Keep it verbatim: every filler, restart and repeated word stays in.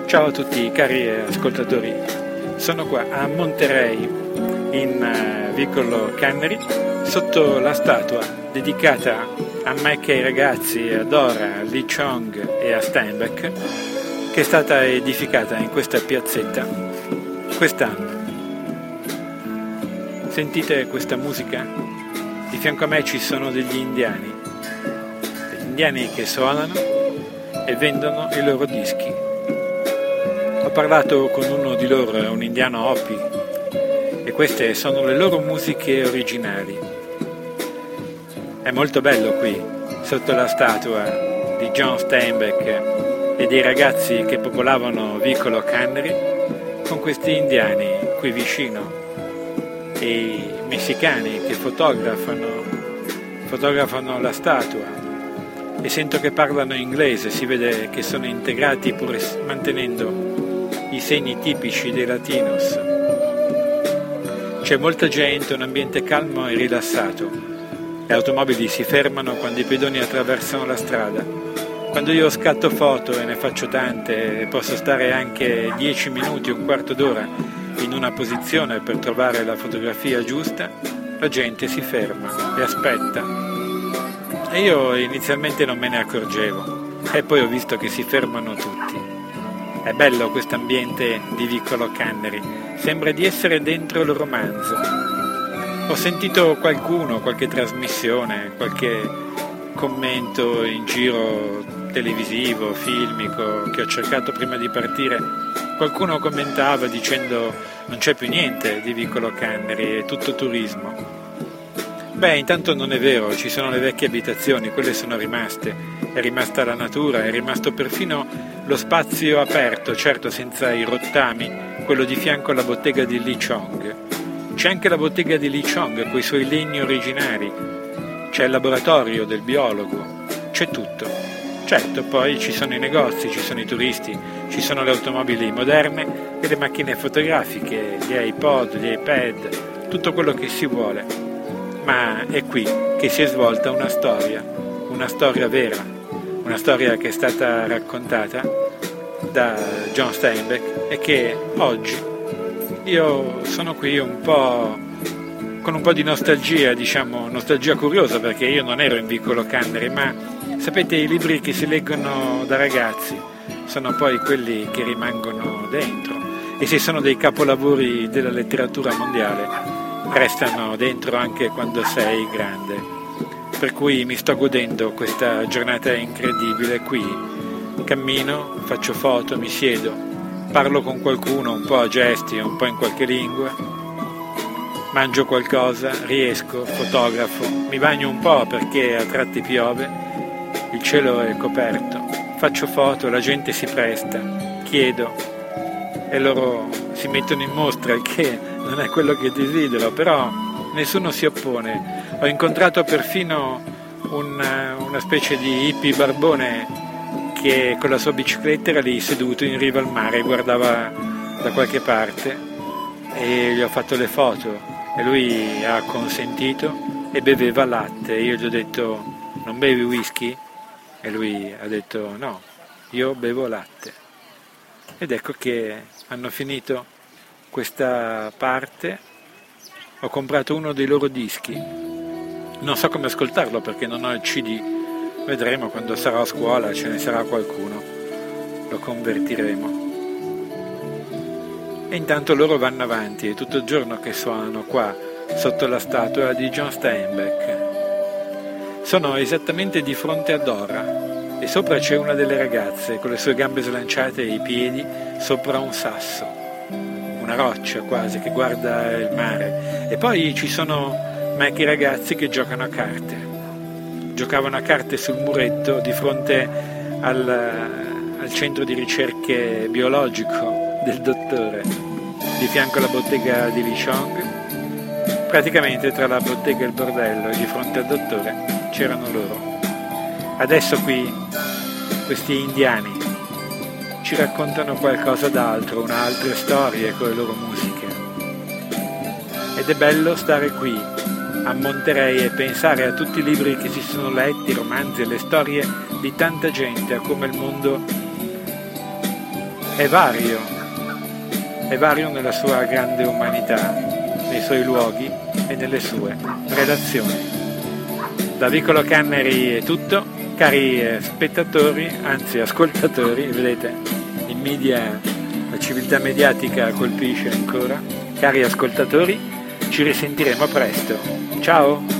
Ciao a tutti cari ascoltatori, sono qua a Monterey in uh, vicolo Cannery sotto la statua dedicata a Mac e ai ragazzi, a Dora, a Lee Chong e a Steinbeck, che è stata edificata in questa piazzetta quest'anno. Sentite questa musica? Di fianco a me ci sono degli indiani, degli indiani che suonano e vendono i loro dischi. Ho parlato con uno di loro, un indiano Hopi, e queste sono le loro musiche originali. È molto bello qui, sotto la statua di John Steinbeck e dei ragazzi che popolavano vicolo Cannery, con questi indiani qui vicino e i messicani che fotografano, fotografano la statua e sento che parlano inglese, si vede che sono integrati pur mantenendo i segni tipici dei latinos. C'è molta gente, un ambiente calmo e rilassato. Le automobili si fermano quando i pedoni attraversano la strada. Quando io scatto foto, e ne faccio tante, e posso stare anche dieci minuti, un quarto d'ora in una posizione per trovare la fotografia giusta, la gente si ferma e aspetta. E io inizialmente non me ne accorgevo, e poi ho visto che si fermano tutti. È bello questo ambiente di vicolo Cannery, sembra di essere dentro il romanzo. Ho sentito qualcuno, qualche trasmissione, qualche commento in giro televisivo, filmico, che ho cercato prima di partire. Qualcuno commentava dicendo non c'è più niente di vicolo Cannery, è tutto turismo. Beh, intanto non è vero, ci sono le vecchie abitazioni, quelle sono rimaste, è rimasta la natura, è rimasto perfino lo spazio aperto, certo senza i rottami, quello di fianco alla bottega di Lee Chong. C'è anche la bottega di Lee Chong con i suoi legni originari, c'è il laboratorio del biologo, c'è tutto. Certo, poi ci sono i negozi, ci sono i turisti, ci sono le automobili moderne e le macchine fotografiche, gli iPod, gli iPad, tutto quello che si vuole. Ma è qui che si è svolta una storia, una storia vera, una storia che è stata raccontata da John Steinbeck e che oggi io sono qui un po' con un po' di nostalgia, diciamo, nostalgia curiosa, perché io non ero in vicolo Cannery, ma sapete, i libri che si leggono da ragazzi sono poi quelli che rimangono dentro, e se sono dei capolavori della letteratura mondiale restano dentro anche quando sei grande. Per cui mi sto godendo questa giornata incredibile qui. Cammino, faccio foto, mi siedo, parlo con qualcuno un po' a gesti, un po' in qualche lingua, mangio qualcosa, riesco, fotografo, mi bagno un po' perché a tratti piove, il cielo è coperto, faccio foto, la gente si presta, chiedo e loro si mettono in mostra, il che non è quello che desidero, però nessuno si oppone. Ho incontrato perfino una, una specie di hippie barbone che con la sua bicicletta era lì seduto in riva al mare e guardava da qualche parte, e gli ho fatto le foto e lui ha consentito e beveva latte. Io gli ho detto: non bevi whisky? E lui ha detto: no, io bevo latte. Ed ecco che hanno finito questa parte. Ho comprato uno dei loro dischi, non so come ascoltarlo perché non ho il C D, vedremo quando sarò a scuola, ce ne sarà qualcuno, lo convertiremo. E intanto loro vanno avanti, è tutto il giorno che suonano qua sotto la statua di John Steinbeck. Sono esattamente di fronte a Dora e sopra c'è una delle ragazze con le sue gambe slanciate e i piedi sopra un sasso, una roccia quasi che guarda il mare. E poi ci sono Mac e i ragazzi che giocano a carte, giocavano a carte sul muretto di fronte al, al centro di ricerche biologico del dottore, di fianco alla bottega di Lee Chong, praticamente tra la bottega e il bordello, e di fronte al dottore c'erano loro. Adesso qui questi indiani ci raccontano qualcosa d'altro, un'altra storia con le loro musiche. Ed è bello stare qui a Monterey e pensare a tutti i libri che si sono letti, i romanzi e le storie di tanta gente, a come il mondo è vario, è vario nella sua grande umanità, nei suoi luoghi e nelle sue relazioni. Da Vicolo Cammeri è tutto, cari spettatori, anzi ascoltatori, vedete, in media la civiltà mediatica colpisce ancora. Cari ascoltatori, ci risentiremo presto. Ciao!